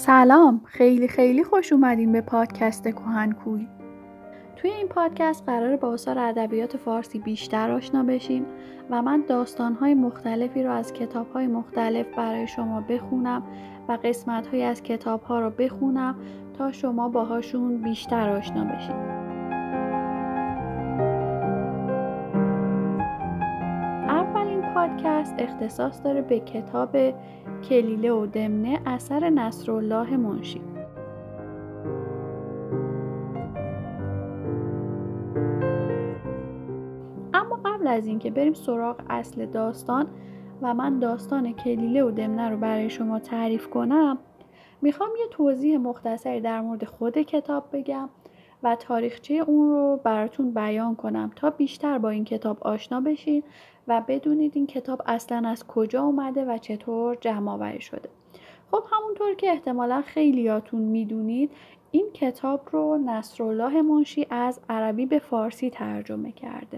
سلام، خیلی خوش اومدین به پادکست کهنکوی. توی این پادکست قراره با آثار ادبیات فارسی بیشتر آشنا بشیم و من داستان‌های مختلفی رو از کتاب‌های مختلف برای شما بخونم و قسمت‌هایی از کتاب‌ها رو بخونم تا شما باهاشون بیشتر آشنا بشید. اولین پادکست اختصاص داره به کتاب کلیله و دمنه اثر نصرالله منشی. اما قبل از اینکه بریم سراغ اصل داستان و من داستان کلیله و دمنه رو برای شما تعریف کنم، میخوام یه توضیح مختصری در مورد خود کتاب بگم و تاریخچه اون رو براتون بیان کنم تا بیشتر با این کتاب آشنا بشین و بدونید این کتاب اصلا از کجا اومده و چطور جمع آوری شده. خب همونطور که احتمالا خیلیاتون میدونید این کتاب رو نصرالله منشی از عربی به فارسی ترجمه کرده.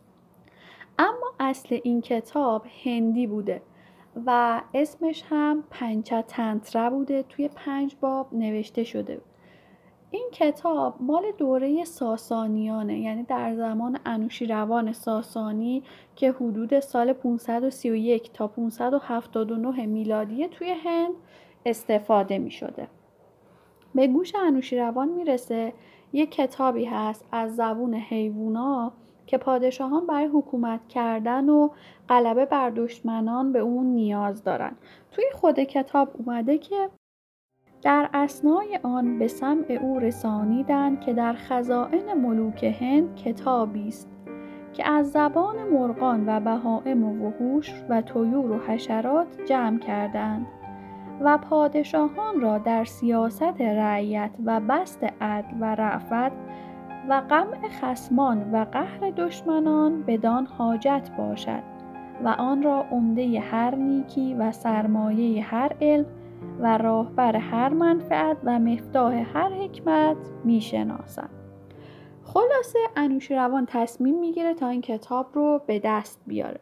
اما اصل این کتاب هندی بوده و اسمش هم پنچتنترا بوده، توی 5 باب نوشته شده. این کتاب مال دوره ساسانیانه، یعنی در زمان انوشیروان ساسانی که حدود سال 531 تا 579 میلادی توی هند استفاده می شده. به گوش انوشیروان میرسه یک کتابی هست از زبون حیوونا که پادشاهان برای حکومت کردن و غلبه بر دشمنان به اون نیاز دارن. توی خود کتاب اومده که در اثنای آن به سمع او رسانیدند که در خزائن ملوک هند کتابی است که از زبان مرغان و بهائم و وحوش و طیور و حشرات جمع کردند و پادشاهان را در سیاست رعیت و بسط عدل و رأفت و قمع خصمان و قهر دشمنان بدان حاجت باشد و آن را عمده هر نیکی و سرمایه هر علم و راهبر هر منفعت و مفتاح هر حکمت میشناسند. خلاصه انوشیروان تصمیم میگیره تا این کتاب رو به دست بیاره.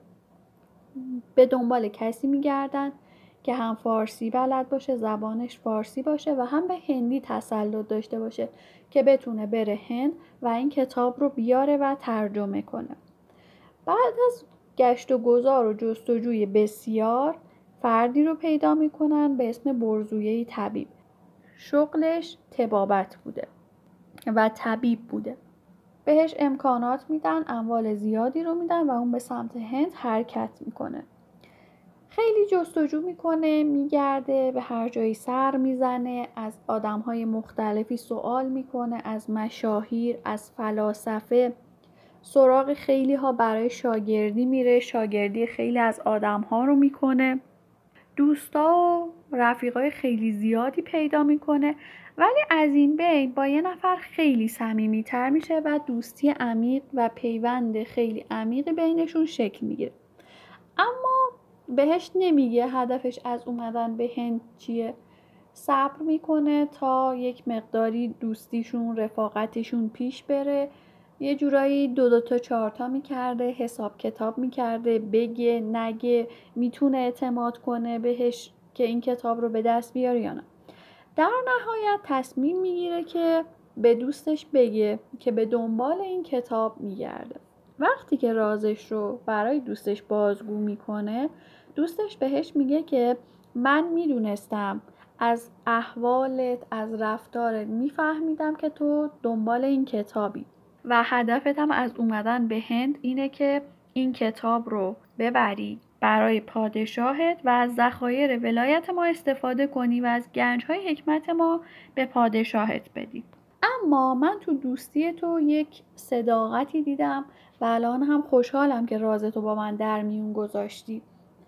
به دنبال کسی میگردن که هم فارسی بلد باشه، زبانش فارسی باشه و هم به هندی تسلط داشته باشه که بتونه بره هند و این کتاب رو بیاره و ترجمه کنه. بعد از گشت و گذار و جستجوی بسیار فردی رو پیدا میکنن به اسم برزویه طبیب. شغلش طبابت بوده و طبیب بوده. بهش امکانات میدن، اموال زیادی رو میدن و اون به سمت هند حرکت میکنه. خیلی جستجو میکنه، میگرده، به هر جایی سر میزنه، از آدمهای مختلفی سوال میکنه، از مشاهیر، از فلاسفه، سراغ خیلی ها برای شاگردی میره، شاگردی خیلی از آدمها رو میکنه، دوستا و رفیقای خیلی زیادی پیدا میکنه، ولی از این بین با یه نفر خیلی صمیمی‌تر میشه و دوستی عمیق و پیوند خیلی عمیقی بینشون شکل میگیره. اما بهش نمیگه هدفش از اومدن به هند چیه. صبر میکنه تا یک مقداری دوستیشون، رفاقتشون پیش بره. یه جورایی 2 تا 4 تا میکرده، حساب کتاب میکرده، بگه نگه، میتونه اعتماد کنه بهش که این کتاب رو به دست بیاره یا نه. در نهایت تصمیم میگیره که به دوستش بگه که به دنبال این کتاب میگرده. وقتی که رازش رو برای دوستش بازگو میکنه، دوستش بهش میگه که من میدونستم از احوالت، از رفتارت میفهمیدم که تو دنبال این کتابی و هدفت هم از اومدن به هند اینه که این کتاب رو ببری برای پادشاهت و از ذخایر ولایت ما استفاده کنی و از گنج‌های حکمت ما به پادشاهت بدی. اما من تو دوستی تو یک صداقتی دیدم و الان هم خوشحالم که رازتو با من در میون گذاشتی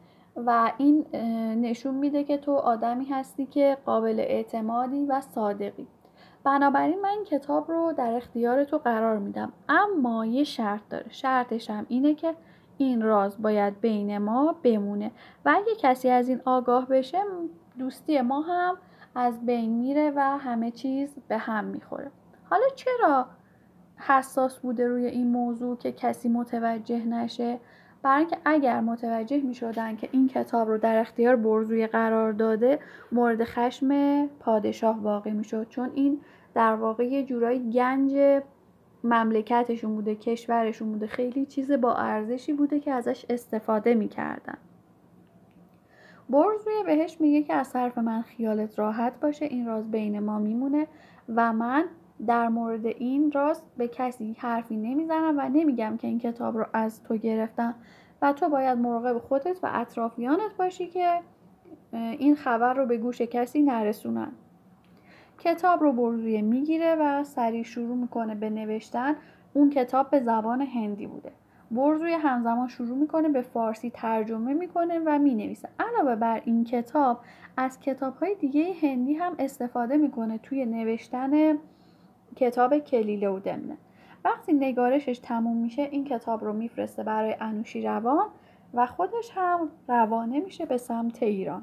و این نشون میده که تو آدمی هستی که قابل اعتمادی و صادقی. بنابراین من کتاب رو در اختیار تو قرار میدم، اما یه شرط داره. شرطش هم اینه که این راز باید بین ما بمونه و اگه کسی از این آگاه بشه دوستی ما هم از بین میره و همه چیز به هم میخوره. حالا چرا حساس بوده روی این موضوع که کسی متوجه نشه؟ برای اینکه اگر متوجه می‌شدن که این کتاب رو در اختیار برزویه قرار داده، مورد خشم پادشاه واقع می‌شد، چون این در واقع یه جورایی گنج مملکتشون بوده، کشورشون بوده، خیلی چیز با ارزشی بوده که ازش استفاده می‌کردن. برزویه بهش میگه که از طرف من خیالت راحت باشه، این راز بین ما میمونه و من در مورد این راز به کسی حرفی نمیزنم و نمیگم که این کتاب رو از تو گرفتم و تو باید مراقب خودت و اطرافیانت باشی که این خبر رو به گوش کسی نرسونن. کتاب رو برزویه میگیره و سریع شروع میکنه به نوشتن. اون کتاب به زبان هندی بوده. برزویه همزمان شروع میکنه به فارسی ترجمه میکنه و مینویسه. علاوه بر این کتاب از کتاب‌های دیگه هندی هم استفاده میکنه توی نوشتن کتاب کلیله و دمنه. وقتی نگارشش تموم میشه این کتاب رو میفرسته برای انوشیروان و خودش هم روانه میشه به سمت ایران.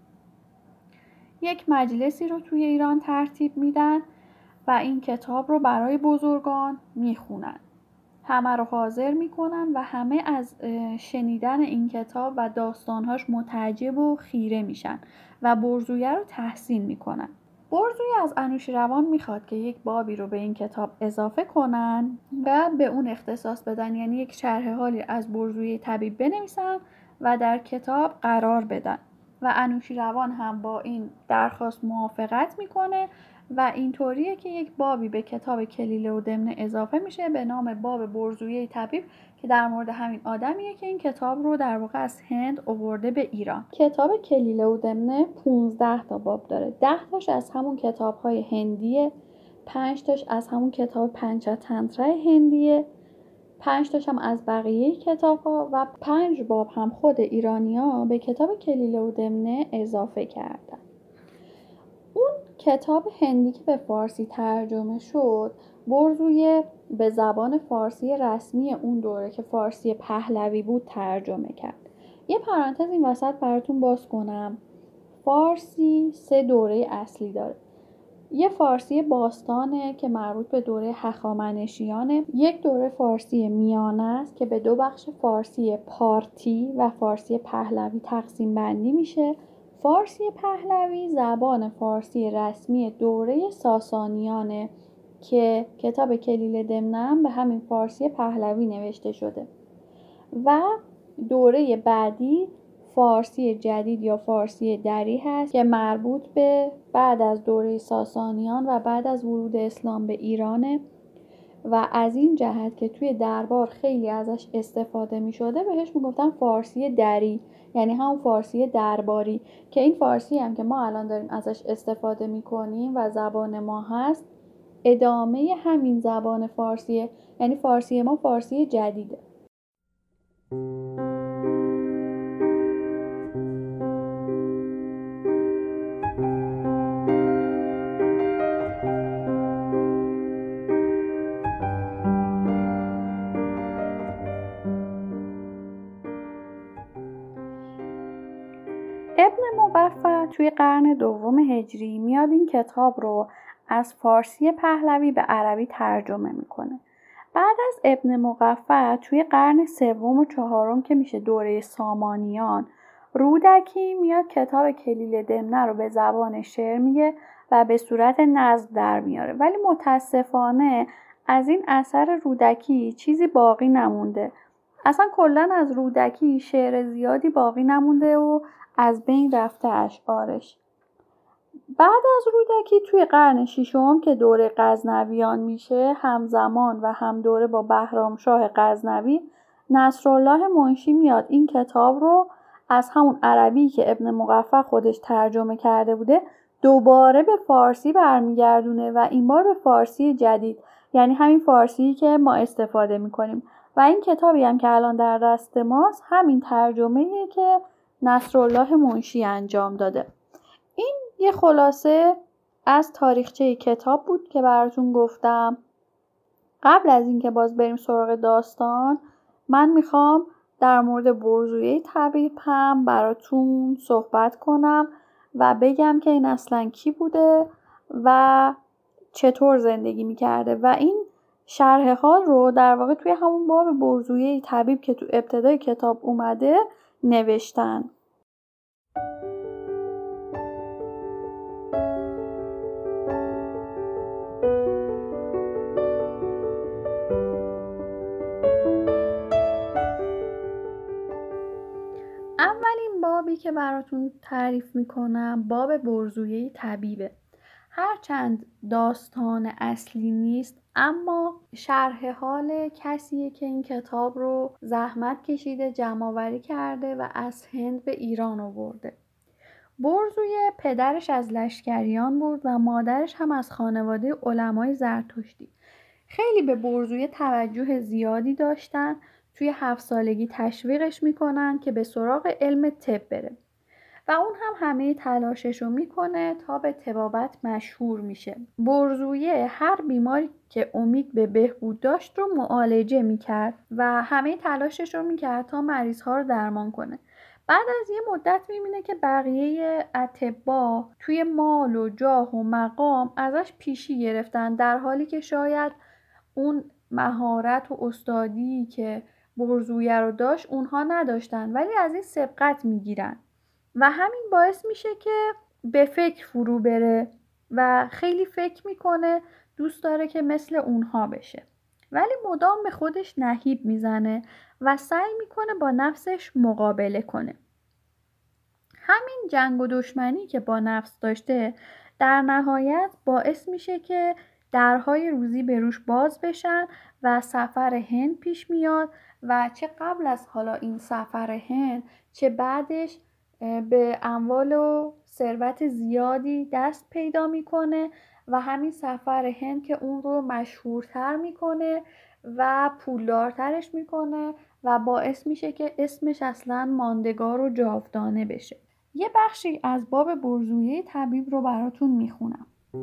یک مجلسی رو توی ایران ترتیب میدن و این کتاب رو برای بزرگان میخونن. همه رو حاضر میکنن و همه از شنیدن این کتاب و داستانهاش متعجب و خیره میشن و برزویه رو تحسین میکنن. برزویه از انوشیروان میخواد که یک بابی رو به این کتاب اضافه کنن و به اون اختصاص بدن، یعنی یک شرح حالی از برزویه طبیب بنویسن و در کتاب قرار بدن و انوشیروان هم با این درخواست موافقت میکنه و اینطوریه که یک بابی به کتاب کلیله و دمنه اضافه میشه به نام باب برزویه طبیب که در مورد همین آدمیه که این کتاب رو در واقع از هند آورده به ایران. کتاب کلیله و دمنه 15 تا باب داره. 10 تاش از همون کتاب‌های هندیه، 5 تاش از همون کتاب پنچتنتر هندیه، 5 تاش هم از بقیه کتاب‌ها و 5 باب هم خود ایرانی‌ها به کتاب کلیله و دمنه اضافه کردن. اون کتاب هندی که به فارسی ترجمه شد، برزویه به زبان فارسی رسمی اون دوره که فارسی پهلوی بود ترجمه کرد. یه پرانتز این وسط براتون باز کنم. فارسی 3 دوره اصلی داره. یه فارسی باستانه که مربوط به دوره هخامنشیانه، یک دوره فارسی میانه است که به 2 بخش فارسی پارتی و فارسی پهلوی تقسیم بندی میشه. فارسی پهلوی زبان فارسی رسمی دوره ساسانیانه که کتاب کلیله دمنه به همین فارسی پهلوی نوشته شده و دوره بعدی فارسی جدید یا فارسی دری هست که مربوط به بعد از دوره ساسانیان و بعد از ورود اسلام به ایرانه و از این جهت که توی دربار خیلی ازش استفاده می شده بهش می گفتن فارسی دری، یعنی همون فارسی درباری که این فارسی هم که ما الان داریم ازش استفاده می کنیم و زبان ما هست ادامه همین زبان فارسیه، یعنی فارسی ما فارسی جدیده. ابن مقفع توی قرن دوم هجری میاد این کتاب رو از فارسی پهلوی به عربی ترجمه میکنه. بعد از ابن مقفع توی قرن سوم و چهارم که میشه دوره سامانیان، رودکی میاد کتاب کلیله دمنه رو به زبان شعر میگه و به صورت نظم در میاره، ولی متاسفانه از این اثر رودکی چیزی باقی نمونده. اصلا کلا از رودکی شعر زیادی باقی نمونده و از بین رفته اشعارش. بعد از رودکی توی قرن ششم که دوره غزنویان میشه، همزمان و هم دوره با بهرامشاه غزنوی، نصرالله منشی میاد این کتاب رو از همون عربی که ابن مقفع خودش ترجمه کرده بوده دوباره به فارسی برمیگردونه و این بار به فارسی جدید، یعنی همین فارسی که ما استفاده میکنیم. و این کتابی هم که الان در دست ماست همین ترجمه‌ایه که نصرالله منشی انجام داده. این یه خلاصه از تاریخچه کتاب بود که براتون گفتم. قبل از اینکه باز بریم سراغ داستان، من میخوام در مورد برزویه طبیب هم براتون صحبت کنم و بگم که این اصلا کی بوده و چطور زندگی میکرده و این شرح حال رو در واقع توی همون باب برزویه طبیب که تو ابتدای کتاب اومده نوشتن. اولین بابی که براتون تعریف میکنم باب برزویه طبیبه. هرچند داستان اصلی نیست اما شرح حال کسیه که این کتاب رو زحمت کشیده، جمع‌آوری کرده و از هند به ایران آورده. برزویه پدرش از لشکریان بود و مادرش هم از خانواده علمای زرتشتی. خیلی به برزویه توجه زیادی داشتن. توی 7 سالگی تشویقش میکنن که به سراغ علم طب بره و اون هم همه تلاششو میکنه تا به طبابت مشهور میشه. برزویه هر بیماری که امید به بهبود داشت رو معالجه میکرد و همه تلاششو میکرد تا مریضها رو درمان کنه. بعد از یه مدت میبینه که بقیه اطباء توی مال و جاه و مقام ازش پیشی گرفتن، در حالی که شاید اون مهارت و استادی که برزویه رو داشت اونها نداشتن، ولی از این سبقت میگیرن و همین باعث میشه که به فکر فرو بره و خیلی فکر میکنه، دوست داره که مثل اونها بشه، ولی مدام به خودش نهیب میزنه و سعی میکنه با نفسش مقابله کنه. همین جنگ و دشمنی که با نفس داشته در نهایت باعث میشه که درهای روزی به روش باز بشن و سفر هند پیش میاد و چه قبل از حالا این سفر هند چه بعدش به اموال و ثروت زیادی دست پیدا میکنه و همین سفر هند که اون رو مشهورتر میکنه و پولدارترش میکنه و باعث میشه که اسمش اصلا ماندگار و جاودانه بشه. یه بخشی از باب برزویه طبیب رو براتون میخونم.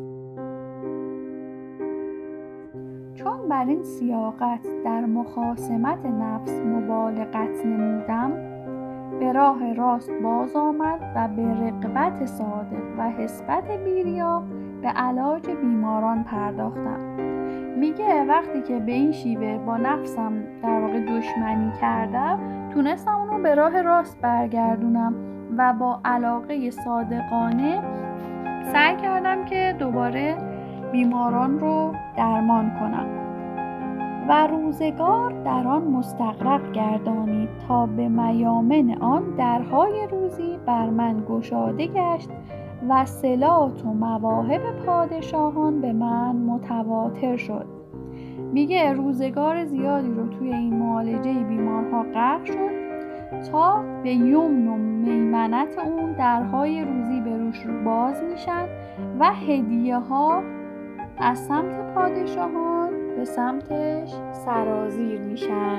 چون بر این سیاقت در مخاصمت نفس مبالغت نمودم، به راه راست باز آمد و به رغبت صادق و حسبت بیریا به علاج بیماران پرداختم. میگه وقتی که به این شیوه با نفسم در واقع دشمنی کردم، تونستم اونو به راه راست برگردونم و با علاقه صادقانه سعی کردم که دوباره بیماران رو درمان کنم و روزگار در آن مستغرق گردانید تا به میامن آن درهای روزی بر من گشاده گشت و صلات و مواهب پادشاهان به من متواتر شد. میگه روزگار زیادی رو توی این معالجه بیمارها غرق شد تا به یمن و میمنت اون درهای روزی به روش باز میشن و هدیه ها از سمت پادشاهان به سمتش سرازیر میشن.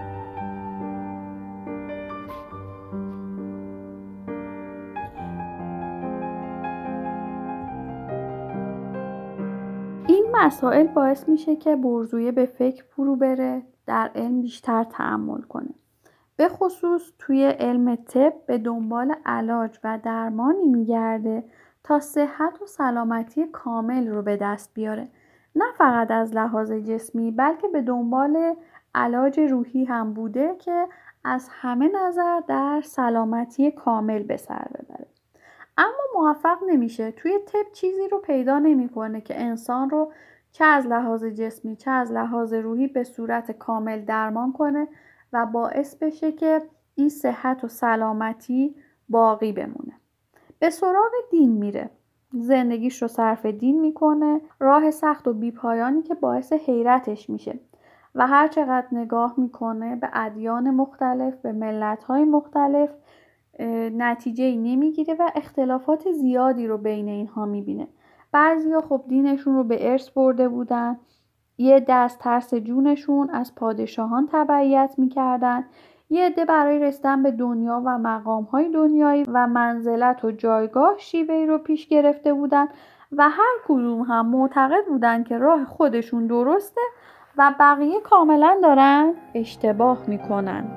این مسائل باعث میشه که برزویه به فکر فرو بره، در علم بیشتر تأمل کنه. به خصوص توی علم طب به دنبال علاج و درمانی میگرده تا صحت و سلامتی کامل رو به دست بیاره. نه فقط از لحاظ جسمی بلکه به دنبال علاج روحی هم بوده که از همه نظر در سلامتی کامل به سر ببره. اما موفق نمیشه. توی طب چیزی رو پیدا نمیکنه که انسان رو چه از لحاظ جسمی چه از لحاظ روحی به صورت کامل درمان کنه و باعث بشه که این صحت و سلامتی باقی بمونه. به سراغ دین میره. زندگیش رو صرف دین میکنه، راه سخت و بیپایانی که باعث حیرتش میشه و هر چقدر نگاه میکنه به ادیان مختلف، به ملت‌های مختلف، نتیجه‌ای نمیگیره و اختلافات زیادی رو بین اینها میبینه. بعضیا خب دینشون رو به ارث برده بودن، یه عده از ترس جونشون از پادشاهان تبعیت میکردن، یه عده برای رسیدن به دنیا و مقام‌های دنیایی و منزلت و جایگاه شیوهی رو پیش گرفته بودن و هر کدوم هم معتقد بودن که راه خودشون درسته و بقیه کاملا دارن اشتباه میکنن.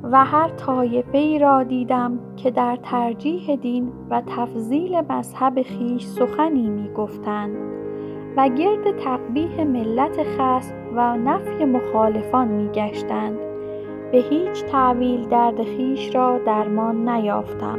و هر طایفه‌ای را دیدم که در ترجیح دین و تفضیل مذهب خویش سخنی می‌گفتند و گرد تقبیح ملت خصم و نفی مخالفان می‌گشتند. به هیچ تأویل درد خویش را درمان نیافتم.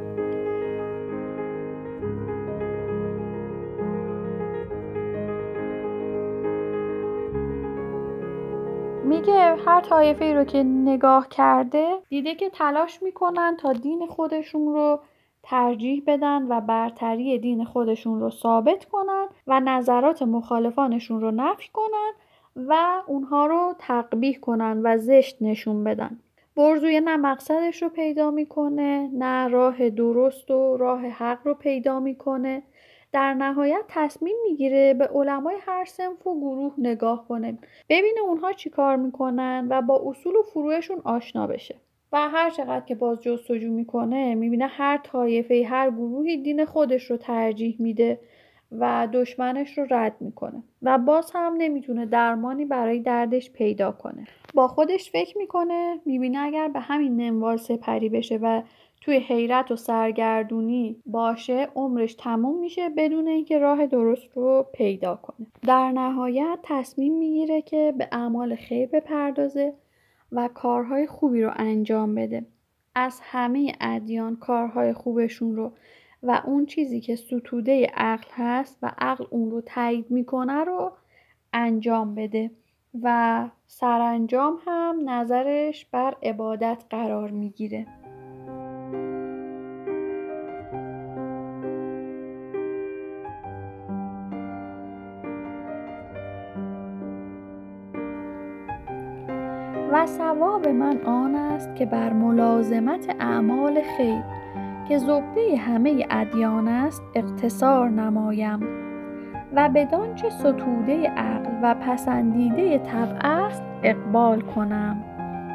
میگه هر طایفه‌ای رو که نگاه کرده دیده که تلاش میکنن تا دین خودشون رو ترجیح بدن و برتری دین خودشون رو ثابت کنن و نظرات مخالفانشون رو نفی کنن و اونها رو تقبیح کنن و زشت نشون بدن. برزویه نه مقصدش رو پیدا میکنه، نه راه درست و راه حق رو پیدا میکنه. در نهایت تصمیم میگیره به علمای هر صنف و گروه نگاه کنه، ببینه اونها چی کار میکنن و با اصول و فروعشون آشنا بشه. و هر چقدر که باز جستجو میکنه میبینه هر طایفه، هر گروهی دین خودش رو ترجیح میده و دشمنش رو رد میکنه و باز هم نمیتونه درمانی برای دردش پیدا کنه. با خودش فکر میکنه، میبینه اگر به همین منوال سپری بشه و توی حیرت و سرگردونی باشه عمرش تموم میشه بدون اینکه راه درست رو پیدا کنه. در نهایت تصمیم میگیره که به اعمال خیر بپردازه و کارهای خوبی رو انجام بده. از همه ادیان کارهای خوبشون رو و اون چیزی که ستوده عقل هست و عقل اون رو تایید میکنه رو انجام بده و سرانجام هم نظرش بر عبادت قرار میگیره. و ثواب من آن است که بر ملازمت اعمال خیر که زبده همه ادیان است اقتصار نمایم و بدانچه ستوده عقل و پسندیده طبع است اقبال کنم.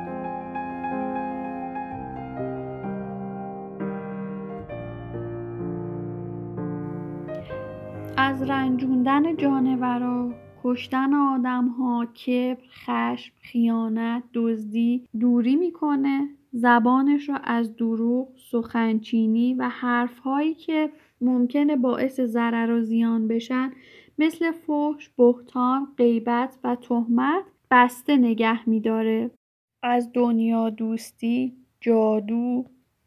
از رنجوندن جانورا، کشتن آدم‌ها، کبر، خشم، خیانت، دزدی دوری میکنه. زبانش را از دروغ، سخنچینی و حرف‌هایی که ممکنه باعث ضرر و زیان بشن مثل فحش، بهتان، غیبت و تهمت بسته نگه می‌داره. از دنیا دوستی، جادو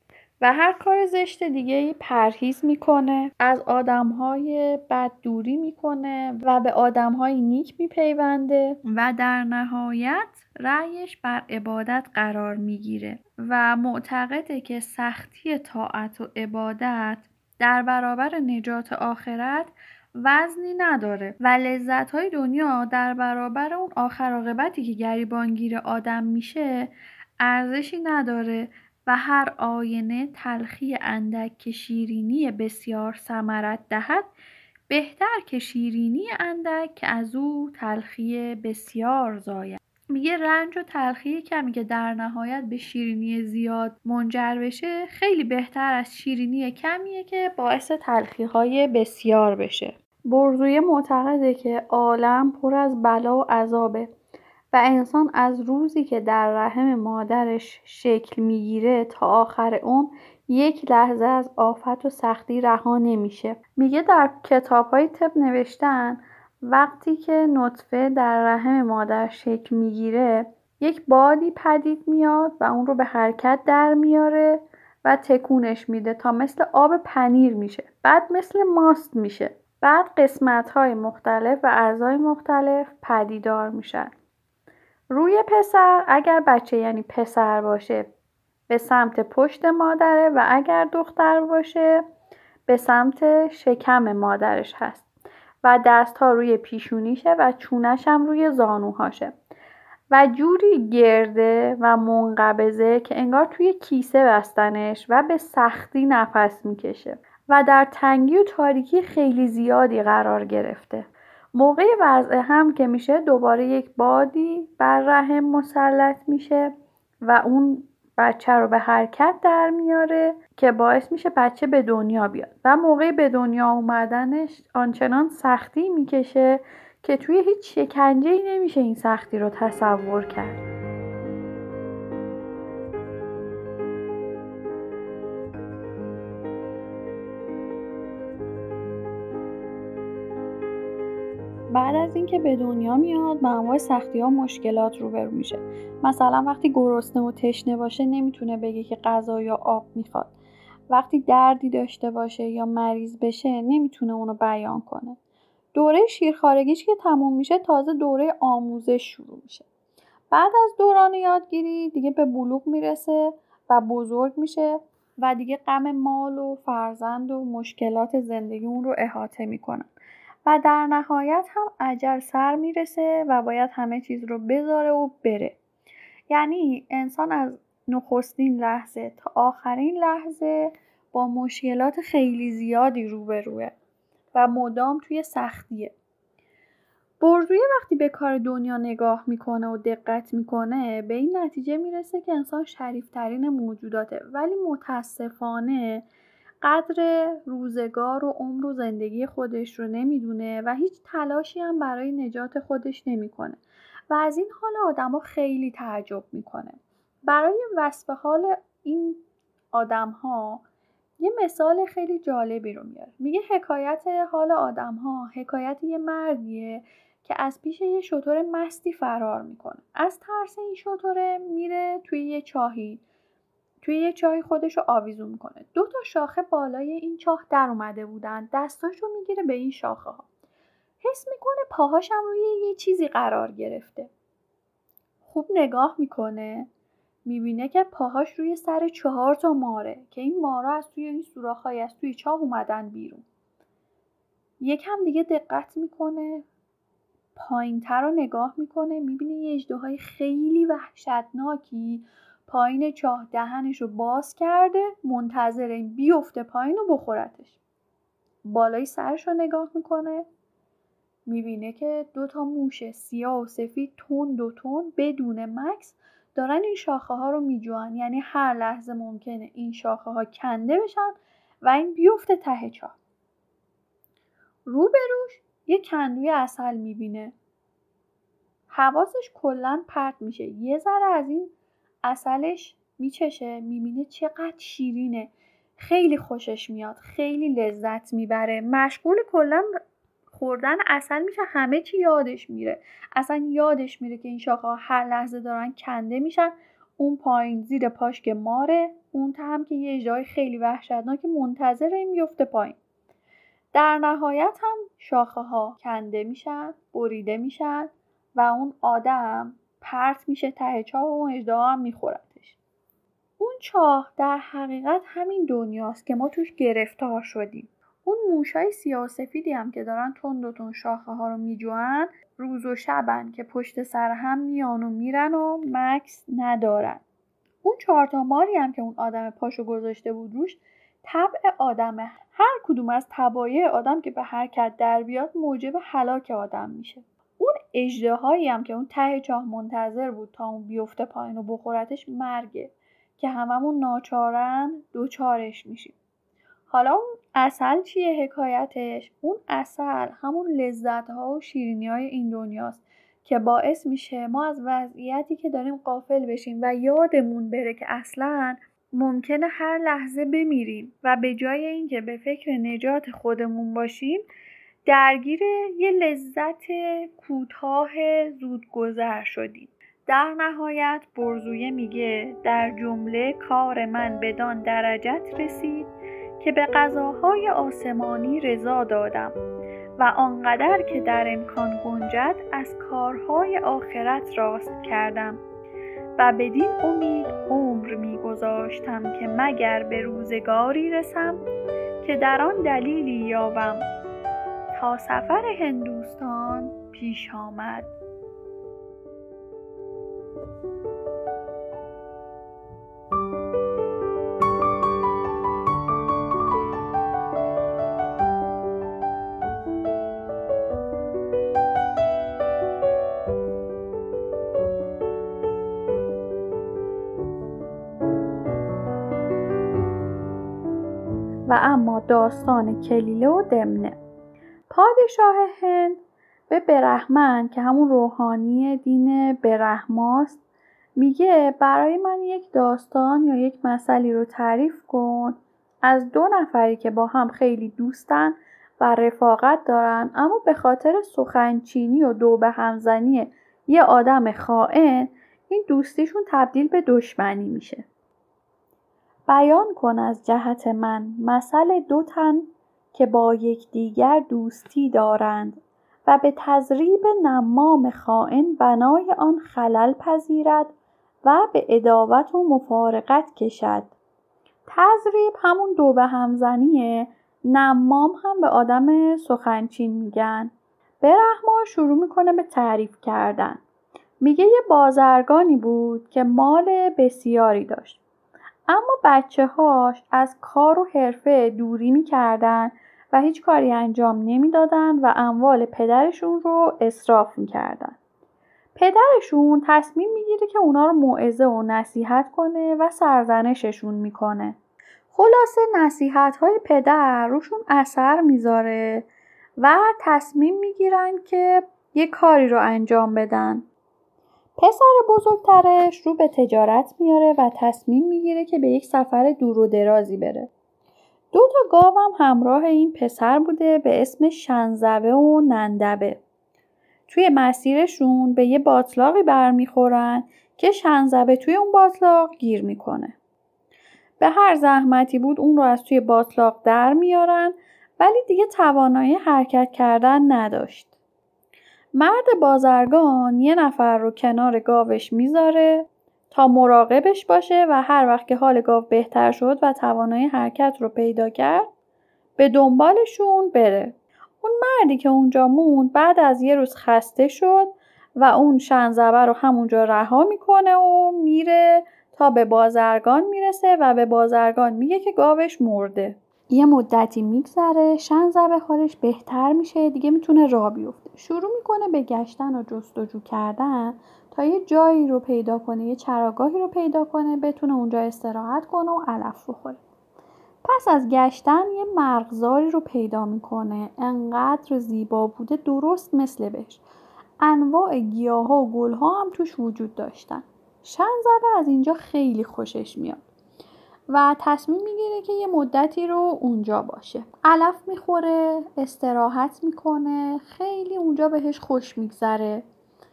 و هر کار زشت دیگه‌ای پرهیز میکنه. از آدم‌های بد دوری میکنه و به آدم‌های نیک میپیونده و در نهایت رأیش بر عبادت قرار میگیره و معتقده که سختی طاعت و عبادت در برابر نجات آخرت وزنی نداره و لذت‌های دنیا در برابر اون آخر عاقبتی که گریبانگیر آدم میشه ارزشی نداره و هر آینه تلخی اندک که شیرینی بسیار ثمرت دهد بهتر که شیرینی اندک که از او تلخی بسیار زاید. میگه رنج و تلخی کمی که در نهایت به شیرینی زیاد منجر بشه خیلی بهتر از شیرینی کمیه که باعث تلخی‌های بسیار بشه. برزویه معتقده که عالم پر از بلا و عذابه و انسان از روزی که در رحم مادرش شکل میگیره تا آخر عمر یک لحظه از آفت و سختی رها نمیشه. میگه در کتاب‌های طب نوشتن وقتی که نطفه در رحم مادر شکل میگیره یک بادی پدید میاد و اون رو به حرکت در میاره و تکونش میده تا مثل آب پنیر میشه، بعد مثل ماست میشه، بعد قسمت‌های مختلف و اعضای مختلف پدیدار میشن. روی پسر اگر بچه یعنی پسر باشه به سمت پشت مادره و اگر دختر باشه به سمت شکم مادرش هست و دستها روی پیشونیشه و چونش هم روی زانوهاشه و جوری گرده و منقبضه که انگار توی کیسه بستنش و به سختی نفس میکشه و در تنگی و تاریکی خیلی زیادی قرار گرفته. موقع وضع حمل که میشه دوباره یک بادی بر رحم مسلط میشه و اون بچه رو به حرکت در میاره که باعث میشه بچه به دنیا بیاد و موقع به دنیا اومدنش آنچنان سختی میکشه که توی هیچ شکنجه‌ای نمیشه این سختی رو تصور کرد. بعد از اینکه به دنیا میاد با انواع سختی‌ها و مشکلات روبرو میشه. مثلا وقتی گرسنه و تشنه باشه نمیتونه بگه که غذا یا آب میخواد. وقتی دردی داشته باشه یا مریض بشه نمیتونه اونو بیان کنه. دوره شیرخوارگیش که تموم میشه تازه دوره آموزش شروع میشه. بعد از دوران یادگیری دیگه به بلوغ میرسه و بزرگ میشه و دیگه غم مال و فرزند و مشکلات زندگی اون رو احاطه میکنن و در نهایت هم اجل سر میرسه و باید همه چیز رو بذاره و بره. یعنی انسان از نخستین لحظه تا آخرین لحظه با مشکلات خیلی زیادی روبروه و مدام توی سختیه. برزویه وقتی به کار دنیا نگاه میکنه و دقت میکنه به این نتیجه میرسه که انسان شریفترین موجوداته، ولی متاسفانه قدر روزگار و عمر و زندگی خودش رو نمیدونه و هیچ تلاشی هم برای نجات خودش نمیکنه و از این حال آدم‌ها خیلی تعجب میکنه. برای وصف حال این آدم‌ها یه مثال خیلی جالبی رو میاره. میگه حکایت حال آدم‌ها حکایت یه مردیه که از پیش یه شتر مستی فرار میکنه. از ترس این شتر میره توی یه چاهی خودش رو آویزون میکنه. 2 شاخه بالای این چاه در اومده بودن. دستاشو میگیره به این شاخه ها. حس میکنه پاهاش هم روی یه چیزی قرار گرفته. خوب نگاه میکنه میبینه که پاهاش روی سر 4 ماره که این مارا از توی این سوراخ‌های از توی چاه اومدن بیرون. یکم دیگه دقت میکنه پایین‌تر رو نگاه میکنه میبینه یه اژدهای خیلی وحشتناکی پایین چاه دهنش رو باز کرده منتظر این بیفته پایین و بخورتش. بالای سرش رو نگاه میکنه میبینه که 2 موش سیاه و سفید تند بدون مکث دارن این شاخه ها رو میجوان. یعنی هر لحظه ممکنه این شاخه ها کنده بشن و این بیفته ته چاه. روبروش یه کندوی عسل میبینه. حواسش کلن پرت میشه. یه ذره از این عسلش میچشه میبینه چقدر شیرینه. خیلی خوشش میاد. خیلی لذت میبره. مشغول کلن خوردن عسل میشه. همه چی یادش میره. اصلا یادش میره که این شاخه ها هر لحظه دارن کنده میشن. اون پایین زیر پاش که ماره. اون ته هم که یه اژدهای خیلی وحشتناک منتظر این بیفته پایین. در نهایت هم شاخه ها کنده میشن. بریده میشن. و اون آدم پرت میشه ته چاه و اون اژدها هم میخورتش. اون چاه در حقیقت همین دنیاست که ما توش گرفتار شدیم. اون موشای سیاه و سفیدی هم که دارن تند شاخه ها رو میجوان روز و شبن که پشت سر هم میان و میرن و مکث ندارن. اون 4 ماری هم که اون آدم پاشو گذاشته بود روش طبع آدمه. هر کدوم از طبایع آدم که به حرکت در بیاد موجب هلاک آدم میشه. اون اژدهایی هم که اون ته چاه منتظر بود تا اون بیفته پایین و بخورتش مرگه که هممون ناچارن دوچارش میشیم. حالا اون عسل چیه حکایتش؟ اون عسل همون لذت‌ها و شیرینی‌های این دنیاست که باعث میشه ما از وضعیتی که داریم غافل بشیم و یادمون بره که اصلاً ممکنه هر لحظه بمیریم و به جای اینکه به فکر نجات خودمون باشیم درگیر یه لذت کوتاه زودگذر شدیم. در نهایت برزویه میگه در جمله کار من بدان درجت رسید که به قضاهای آسمانی رضا دادم و آنقدر که در امکان گنجد از کارهای آخرت راست کردم و بدین امید عمر می‌گذاشتم که مگر به روزگاری رسم که در آن دلیلی یابم تا سفر هندوستان پیش آمد. و اما داستان کلیله و دمنه. پادشاه هند به برهمن که همون روحانی دین برهماست میگه برای من یک داستان یا یک مثلی رو تعریف کن از 2 نفری که با هم خیلی دوستن و رفاقت دارن، اما به خاطر سخنچینی و دو به همزنی یه آدم خائن این دوستیشون تبدیل به دشمنی میشه. بیان کن از جهت من مثل دو تن که با یکدیگر دوستی دارند و به تضریب نمام خائن بنای آن خلل پذیرد و به عداوت و مفارقت کشد. تضریب همون دو به همزنیه. نمام هم به آدم سخنچین میگن. برهما شروع میکنه به تعریف کردن. میگه یه بازرگانی بود که مال بسیاری داشت، اما بچه‌هاش از کار و حرفه دوری میکردن و هیچ کاری انجام نمیدادن و اموال پدرشون رو اسراف میکردن. پدرشون تصمیم میگیره که اونا رو موعظه و نصیحت کنه و سرزنششون میکنه. خلاصه نصیحت‌های پدر روشون اثر میذاره و تصمیم میگیرن که یه کاری رو انجام بدن. پسر بزرگترش رو به تجارت میاره و تصمیم میگیره که به یک سفر دور و درازی بره. 2 گاو هم همراه این پسر بوده به اسم شنزبه و نندبه. توی مسیرشون به یه باتلاقی برمیخورن که شنزبه توی اون باتلاق گیر میکنه. به هر زحمتی بود اون رو از توی باتلاق در میارن، ولی دیگه توانایی حرکت کردن نداشت. مرد بازرگان یه نفر رو کنار گاوش میذاره تا مراقبش باشه و هر وقت که حال گاو بهتر شد و توانایی حرکت رو پیدا کرد به دنبالشون بره. اون مردی که اونجا موند بعد از یه روز خسته شد و اون شنزبه رو همونجا رها میکنه و میره تا به بازرگان میرسه و به بازرگان میگه که گاوش مرده. یه مدتی میگذره، شنزبه حالش بهتر میشه، دیگه میتونه راه بیفته. شروع میکنه به گشتن و جستجو کردن تا یه جایی رو پیدا کنه، یه چراگاهی رو پیدا کنه بتونه اونجا استراحت کنه و علف بخوره. پس از گشتن یه مرغزاری رو پیدا میکنه. انقدر زیبا بوده درست مثل بهش. انواع گیاها و گلها هم توش وجود داشتن. شنزبه از اینجا خیلی خوشش میاد و تصمیم میگیره که یه مدتی رو اونجا باشه. علف میخوره، استراحت میکنه، خیلی اونجا بهش خوش میگذره.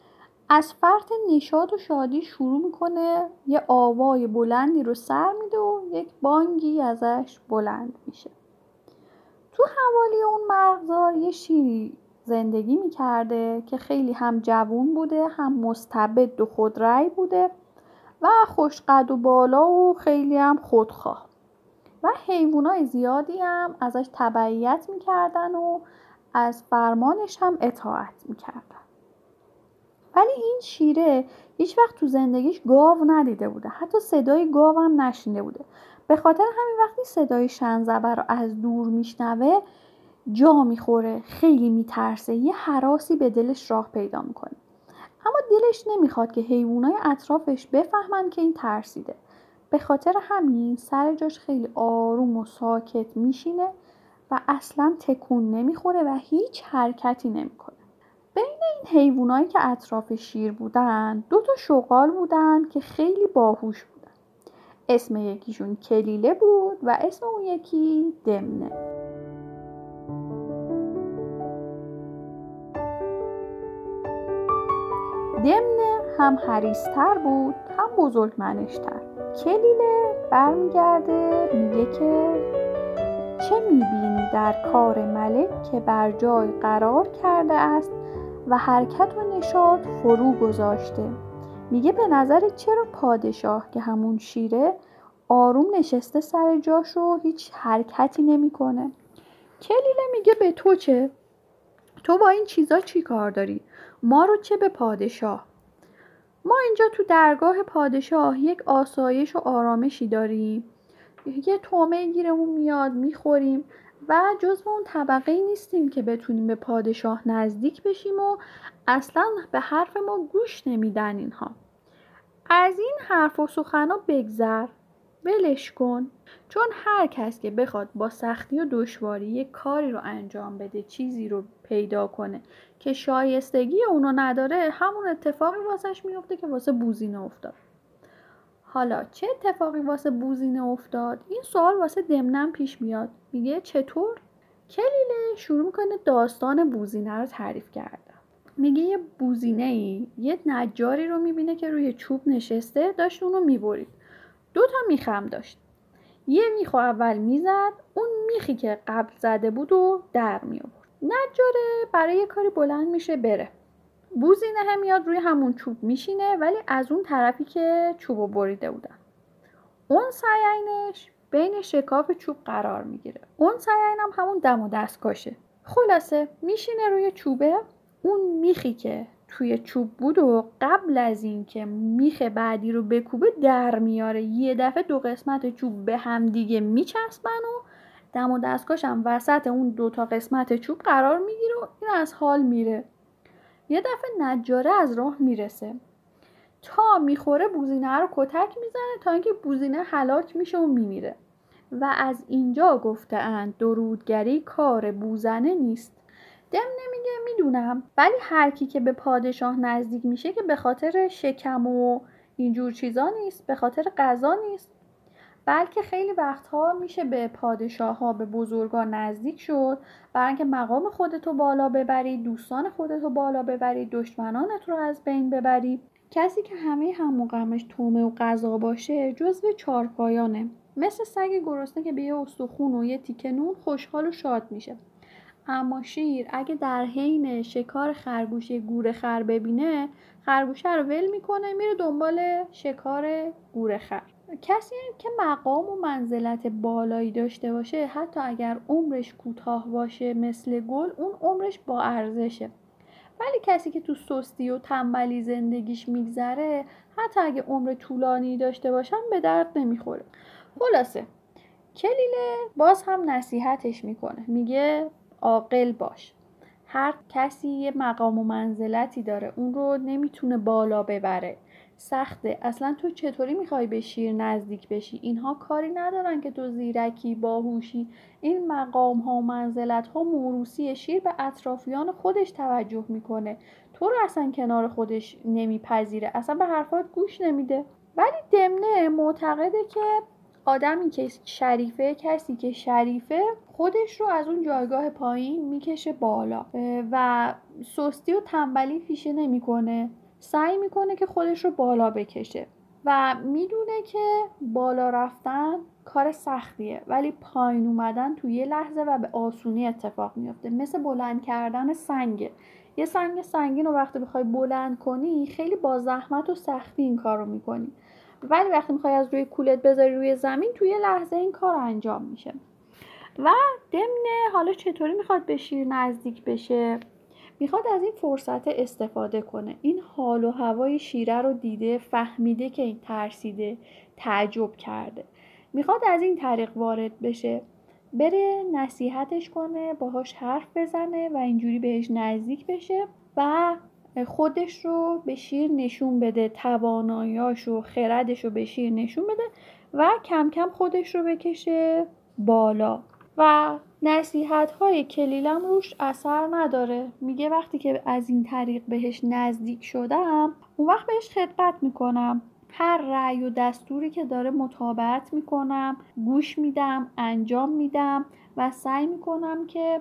از فرط نشاط و شادی شروع میکنه یه آوای بلندی رو سر میده و یک بانگی ازش بلند میشه. تو حوالی اون مرغزار یه شیری زندگی میکرده که خیلی هم جوون بوده، هم مستبد و خودرأی بوده و خوش قد و بالا و خیلی هم خودخواه و حیوانای زیادی هم ازش تبعیت میکردن و از فرمانش هم اطاعت میکردن. ولی این شیره هیچ وقت تو زندگیش گاو ندیده بوده، حتی صدای گاو هم نشنیده بوده. به خاطر همین وقتی صدای شنزبه رو از دور میشنوه جا میخوره، خیلی میترسه، یه هراسی به دلش راه پیدا میکنه. اما دلش نمیخواد که حیوانای اطرافش بفهمن که این ترسیده. به خاطر همین سر جاش خیلی آروم و ساکت میشینه و اصلا تکون نمیخوره و هیچ حرکتی نمیکنه. بین این حیوانایی که اطراف شیر بودن 2 شغال بودن که خیلی باهوش بودن. اسم یکیشون کلیله بود و اسم اون یکی دمنه. دمنه هم حریص‌تر بود هم بزرگمنش‌تر. کلیله برمیگرده میگه که چه میبینی در کار ملک که بر جای قرار کرده است و حرکت و نشاط فرو گذاشته. میگه به نظر چرا پادشاه که همون شیره آروم نشسته سر جاش و هیچ حرکتی نمیکنه؟ کلیله میگه به تو چه؟ تو با این چیزا چی کار داری؟ ما رو چه به پادشاه؟ ما اینجا تو درگاه پادشاه یک آسایش و آرامشی داریم، یه طعمه گیرمون میاد میخوریم و جزو اون طبقه نیستیم که بتونیم به پادشاه نزدیک بشیم و اصلا به حرف ما گوش نمیدن اینها. از این حرف و سخنا بگذر، ولش کن، چون هر کس که بخواد با سختی و دشواری یک کاری رو انجام بده، چیزی رو پیدا کنه که شایستگی اونو نداره، همون اتفاقی واسش میفته که واسه بوزینه افتاد. حالا چه اتفاقی واسه بوزینه افتاد؟ این سوال واسه دمنم پیش میاد. میگه چطور؟ کلیله شروع میکنه داستان بوزینه رو تعریف کردن. میگه یه بوزینه‌ای یه نجاری رو میبینه که روی چوب نشسته داشت اونو میبرید. 2 میخم داشت. یه میخو اول میزد، اون میخی که قبل زده بود و در میآورد. نجاره برای یه کاری بلند میشه بره. بوزینه هم میاد روی همون چوب میشینه ولی از اون طرفی که چوبو بریده بودن. اون سیینش بین شکاف چوب قرار میگیره. اون سیین هم همون دم و دستکشه. خلاصه میشینه روی چوبه، اون میخی که توی چوب بود و قبل از این که میخ بعدی رو بکوبه در میاره. یه دفعه 2 قسمت چوب به هم دیگه میچسبن و دم و دستکش هم وسط اون 2 قسمت چوب قرار میگیره و این از حال میره. یه دفعه نجاره از راه میرسه، تا میخوره بوزینه رو کتک میزنه تا اینکه بوزینه هلاک میشه و میمیره. و از اینجا گفته اند درودگری کار بوزنه نیست. دمنه میگه میدونم، ولی هر کی که به پادشاه نزدیک میشه که به خاطر شکم و اینجور چیزا نیست، به خاطر غذا نیست، بلکه خیلی وقتها میشه به پادشاه ها، به بزرگان نزدیک شد برای اینکه مقام خودتو بالا ببری، دوستان خودتو بالا ببری، دشمنانت رو از بین ببری. کسی که همه هم و غمش طعمه و غذا باشه جزو چارپایانه، مثل سگ گرسنه که به یه استخون و یه تیکه نون خوشحال و شاد میشه. اما شیر اگه در حین شکار خرگوش گورخر ببینه، خرگوشه رو ول میکنه میره دنبال شکار گورخر. کسی که مقام و منزلت بالایی داشته باشه حتی اگر عمرش کوتاه باشه مثل گل، اون عمرش با ارزشه. ولی کسی که تو سستی و تنبلی زندگیش میگذره حتی اگه عمر طولانی داشته باشن به درد نمیخوره. خلاصه کلیله باز هم نصیحتش میکنه، میگه عاقل باش. هر کسی یه مقام و منزلتی داره، اون رو نمیتونه بالا ببره، سخته. اصلا تو چطوری میخوای به شیر نزدیک بشی؟ اینها کاری ندارن که تو زیرکی، باهوشی. این مقام ها و منزلت ها موروثی. شیر به اطرافیان خودش توجه میکنه، تو رو اصلا کنار خودش نمیپذیره، اصلا به حرفات گوش نمیده. ولی دمنه معتقده که آدمی که شریفه، کسی که شریفه، خودش رو از اون جایگاه پایین میکشه بالا و سستی و تنبلی پیشه نمیکنه، سعی میکنه که خودش رو بالا بکشه و میدونه که بالا رفتن کار سختیه ولی پایین اومدن توی یه لحظه و به آسونی اتفاق میفته. مثل بلند کردن سنگه. یه سنگ سنگین رو وقتی بخوای بلند کنی خیلی با زحمت و سختی این کار رو میکنی، ولی وقتی میخوای از روی کولت بذاری روی زمین توی لحظه این کار انجام میشه. و دمنه حالا چطوری میخواد به شیر نزدیک بشه؟ میخواد از این فرصت استفاده کنه. این حال و هوای شیره رو دیده، فهمیده که این ترسیده، تعجب کرده. میخواد از این طریق وارد بشه، بره نصیحتش کنه، باهاش حرف بزنه و اینجوری بهش نزدیک بشه و خودش رو به شیر نشون بده، تواناییاش و خردش رو به شیر نشون بده و کم کم خودش رو بکشه بالا. و نصیحت‌های کلیلم روش اثر نداره. میگه وقتی که از این طریق بهش نزدیک شدم، اون وقت بهش خدمت میکنم، هر رأی و دستوری که داره مطابقت میکنم، گوش میدم، انجام میدم و سعی میکنم که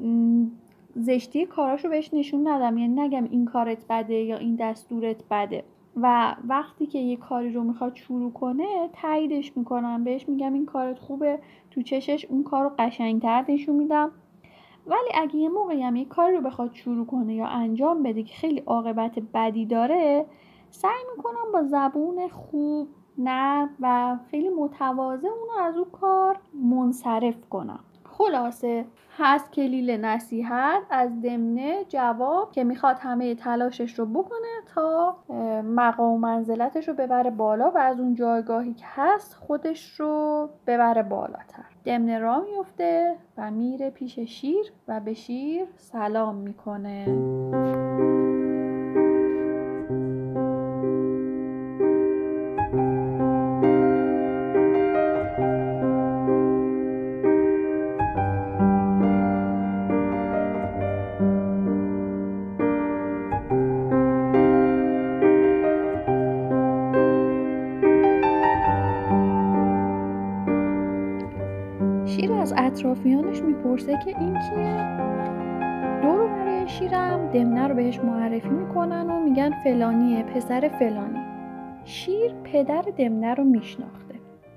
زشتی کاراشو بهش نشون ندم، یعنی نگم این کارت بده یا این دستورت بده. و وقتی که یه کاری رو میخواد شروع کنه تاییدش میکنم، بهش میگم این کارت خوبه، تو چشش اون کار رو قشنگتر نشون میدم. ولی اگه یه موقعی هم یه کاری رو بخواد شروع کنه یا انجام بده که خیلی عاقبت بدی داره، سعی میکنم با زبون خوب، نرم و خیلی متواضع اونو از اون کار منصرف کنم. خلاصه هست کلیل نصیحت از دمنه جواب که میخواد همه تلاشش رو بکنه تا مقام و منزلتش رو ببره بالا و از اون جایگاهی که هست خودش رو ببره بالاتر. دمنه راه میفته و میره پیش شیر و به شیر سلام میکنه. شیر از اطرافیانش میپرسه که این کیه؟ دور و برای شیرم دمنه رو بهش معرفی میکنن و میگن فلانیه، پسر فلانی. شیر پدر دمنه رو میشناخته.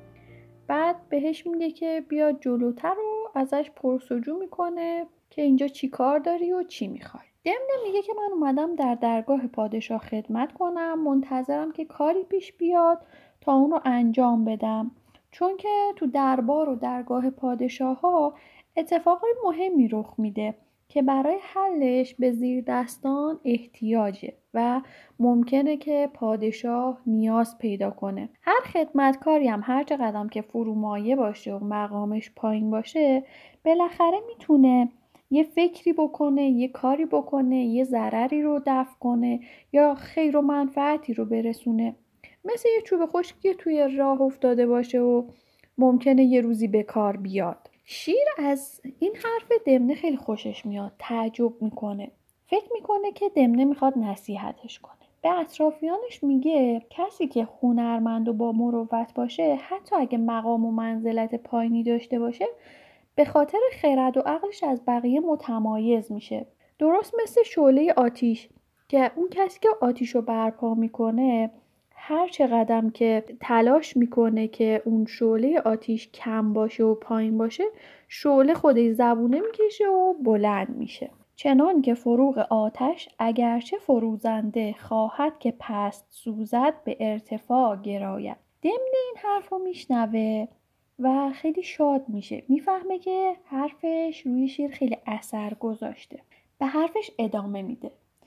بعد بهش میگه که بیا جلوتر و ازش پرسجو میکنه که اینجا چی کار داری و چی میخوای. دمنه میگه که من اومدم در درگاه پادشاه خدمت کنم، منتظرم که کاری پیش بیاد تا اون رو انجام بدم، چون که تو دربار و درگاه پادشاه ها اتفاقای مهمی رخ میده که برای حلش به زیردستان احتیاجه و ممکنه که پادشاه نیاز پیدا کنه. هر خدمتکاری هم هر چقدر که فرومایه باشه و مقامش پایین باشه، بالاخره میتونه یه فکری بکنه، یه کاری بکنه، یه ضرری رو دفع کنه یا خیر و منفعتی رو برسونه. مثل یه چوب خشکی توی راه افتاده باشه و ممکنه یه روزی به کار بیاد. شیر از این حرف دمنه خیلی خوشش میاد، تعجب میکنه. فکر میکنه که دمنه میخواد نصیحتش کنه. به اطرافیانش میگه کسی که هنرمند و با مروت باشه، حتی اگه مقام و منزلت پایینی داشته باشه، به خاطر خرد و عقلش از بقیه متمایز میشه. درست مثل شعله آتیش که اون کسی که آتیشو برپا میکنه هر چقدر که تلاش میکنه که اون شعله آتیش کم باشه و پایین باشه، شعله خودش زبونه میکشه و بلند میشه. چنان که فروغ آتش اگرچه فروزنده، خواهد که پست سوزد به ارتفاع گراید. دمنه این حرف رو میشنوه و خیلی شاد میشه. میفهمه که حرفش روی شیر خیلی اثر گذاشته. به حرفش ادامه میده.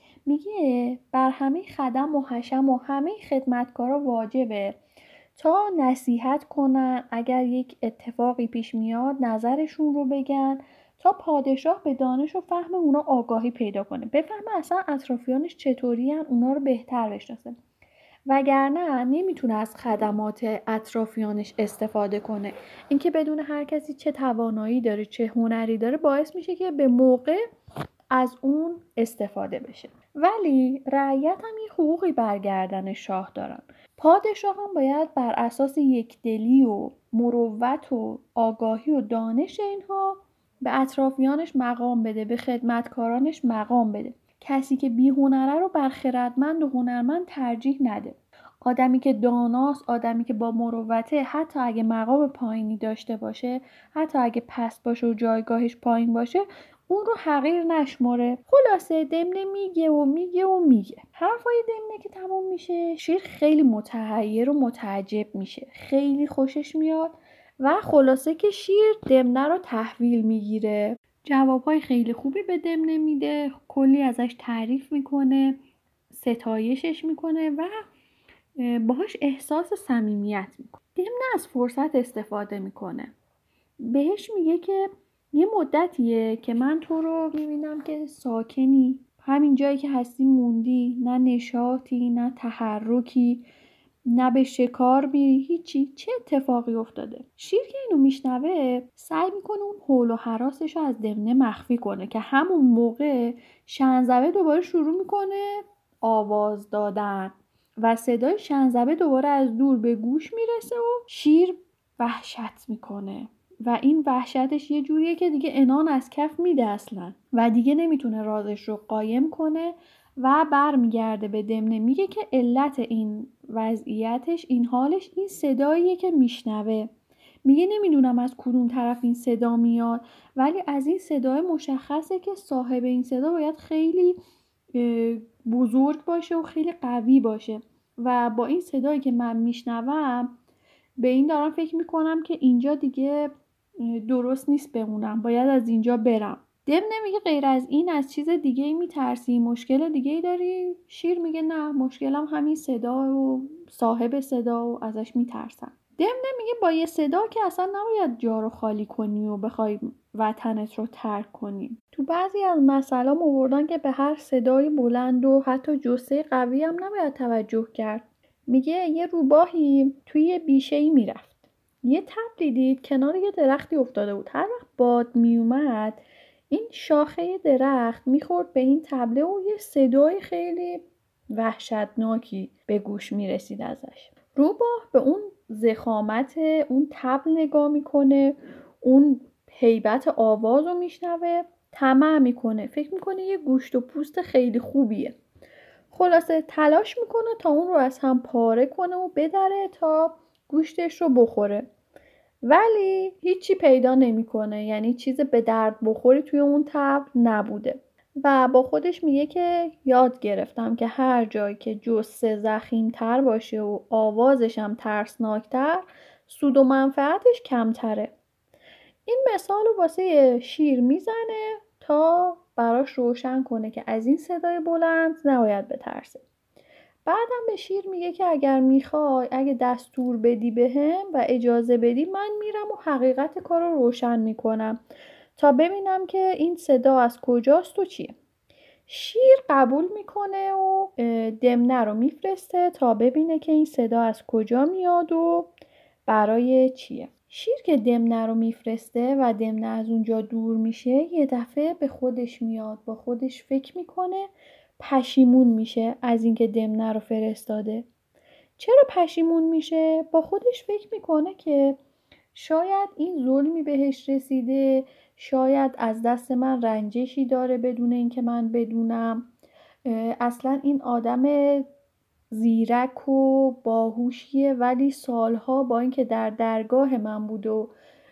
میگه بر همه خدم و حشم و همه خدمتکارا واجبه تا نصیحت کنن، اگر یک اتفاقی پیش میاد نظرشون رو بگن تا پادشاه به دانش و فهم اونا آگاهی پیدا کنه، بفهمه اصلا اطرافیانش چطوری هن، اونا رو بهتر بشناسه. وگرنه نمیتونه از خدمات اطرافیانش استفاده کنه. اینکه بدون هر کسی چه توانایی داره، چه هنری داره، باعث میشه که به موقع از اون استفاده بشه. ولی رعیت هم یه حقوقی برگردن شاه دارن. پادشاه هم باید بر اساس یکدلی و مروت و آگاهی و دانش اینها به اطرافیانش مقام بده، به خدمتکارانش مقام بده. کسی که بی هنره رو بر خردمند و هنرمند ترجیح نده. آدمی که داناست، آدمی که با مروته، حتی اگه مقام پایینی داشته باشه، حتی اگه پست باشه و جایگاهش پایین باشه، اون رو حقیر نشمره. خلاصه دمنه میگه. حرفای دمنه که تموم میشه، شیر خیلی متحیر و متعجب میشه. خیلی خوشش میاد و خلاصه که شیر دمنه رو تحویل میگیره. جوابهای خیلی خوبی به دمنه میده، کلی ازش تعریف میکنه، ستایشش میکنه و باهاش احساس صمیمیت میکنه. دمنه از فرصت استفاده میکنه. بهش میگه که یه مدتیه که من تو رو میبینم که ساکنی، همین جایی که هستی موندی، نه نشاطی، نه تحرکی، نه به شکار میری، هیچی. چه اتفاقی افتاده؟ شیر که اینو میشنوه سعی میکنه اون حول و هراسش رو از دمنه مخفی کنه که همون موقع شنزبه دوباره شروع میکنه آواز دادن و صدای شنزبه دوباره از دور به گوش میرسه و شیر وحشت میکنه و این وحشتش یه جوریه که دیگه عنان از کف میده اصلا و دیگه نمیتونه رازش رو قایم کنه و برمیگرده به دمنه. میگه که علت این وضعیتش، این حالش، این صداییه که میشنوه. میگه نمیدونم از کدوم طرف این صدا میاد، ولی از این صدای مشخصه که صاحب این صدا باید خیلی بزرگ باشه و خیلی قوی باشه و با این صدایی که من میشنوم به این دارم فکر میکنم که اینجا دیگه درست نیست بمونم، باید از اینجا برم. دمنه میگه غیر از این از چیز دیگه ای میترسی؟ مشکل دیگه ای داری؟ شیر میگه نه، مشکلم همین صدا و صاحب صدا و ازش میترسم. دمنه میگه با یه صدا که اصلا نباید جا رو خالی کنی و بخوای وطنت رو ترک کنی. تو بعضی از مسائل آوردن که به هر صدای بلند و حتی جثه قوی هم نباید توجه کرد. میگه یه روباهی توی یه بیشه‌ای میرفت. یه طبلی دید کنار یه درختی افتاده بود. هر وقت باد میومد این شاخه درخت میخورد به این طبله و یه صدای خیلی وحشتناکی به گوش میرسید ازش. روباه به اون ضخامت اون طبل نگاه میکنه، اون هیبت آواز رو میشنوه، طمع میکنه، فکر میکنه یه گوشت و پوست خیلی خوبیه. خلاصه تلاش میکنه تا اون رو از هم پاره کنه و بدره تا گوشتش رو بخوره. ولی هیچی پیدا نمیکنه، یعنی چیز به درد بخوری توی اون تبر نبوده. و با خودش میگه که یاد گرفتم که هر جایی که جثه ضخیم‌تر باشه و آوازش هم ترسناکتر، سود و منفعتش کمتره. این مثال رو واسه شیر میزنه تا براش روشن کنه که از این صدای بلند نباید بترسه. بعدم به شیر میگه که اگر میخوای، اگه دستور بدی بهم و اجازه بدی، من میرم و حقیقت کار رو روشن میکنم تا ببینم که این صدا از کجاست و چیه. شیر قبول میکنه و دمنه رو میفرسته تا ببینه که این صدا از کجا میاد و برای چیه. شیر که دمنه رو میفرسته و دمنه از اونجا دور میشه، یه دفعه به خودش میاد، با خودش فکر میکنه، پشیمون میشه از اینکه دمنه رو فرستاده. چرا پشیمون میشه؟ با خودش فکر میکنه که شاید این ظلمی بهش رسیده، شاید از دست من رنجشی داره بدون اینکه من بدونم. اصلا این آدم زیرک و باهوشیه، ولی سالها با اینکه در درگاه من بود و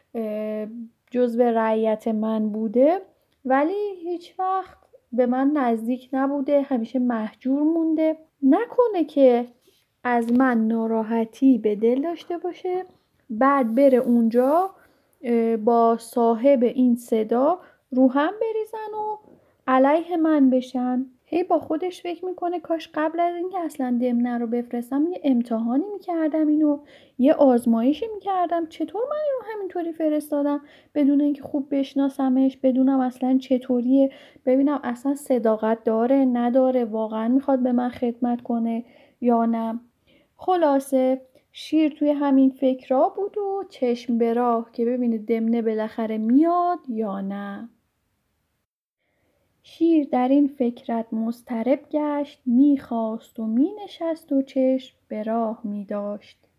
جزو رعیت من بوده، ولی هیچ وقت به من نزدیک نبوده، همیشه مهجور مونده. نکنه که از من ناراحتی به دل داشته باشه، بعد بره اونجا با صاحب این صدا رو هم بریزن و علیه من بشن. هی با خودش فکر میکنه کاش قبل از اینکه اصلا دمنه رو بفرستم یه امتحانی میکردم، اینو یه آزمایشی میکردم. چطور من اینو همینطوری فرستادم بدون اینکه خوب بشناسمش، بدونم اصلا چطوریه، ببینم اصلا صداقت داره نداره، واقعا میخواد به من خدمت کنه یا نه. خلاصه شیر توی همین فکرها بود و چشم به راه که ببینه دمنه بالاخره میاد یا نه. شیر در این فکرت مضطرب گشت، میخواست و مینشست و چشم به راه میداشت.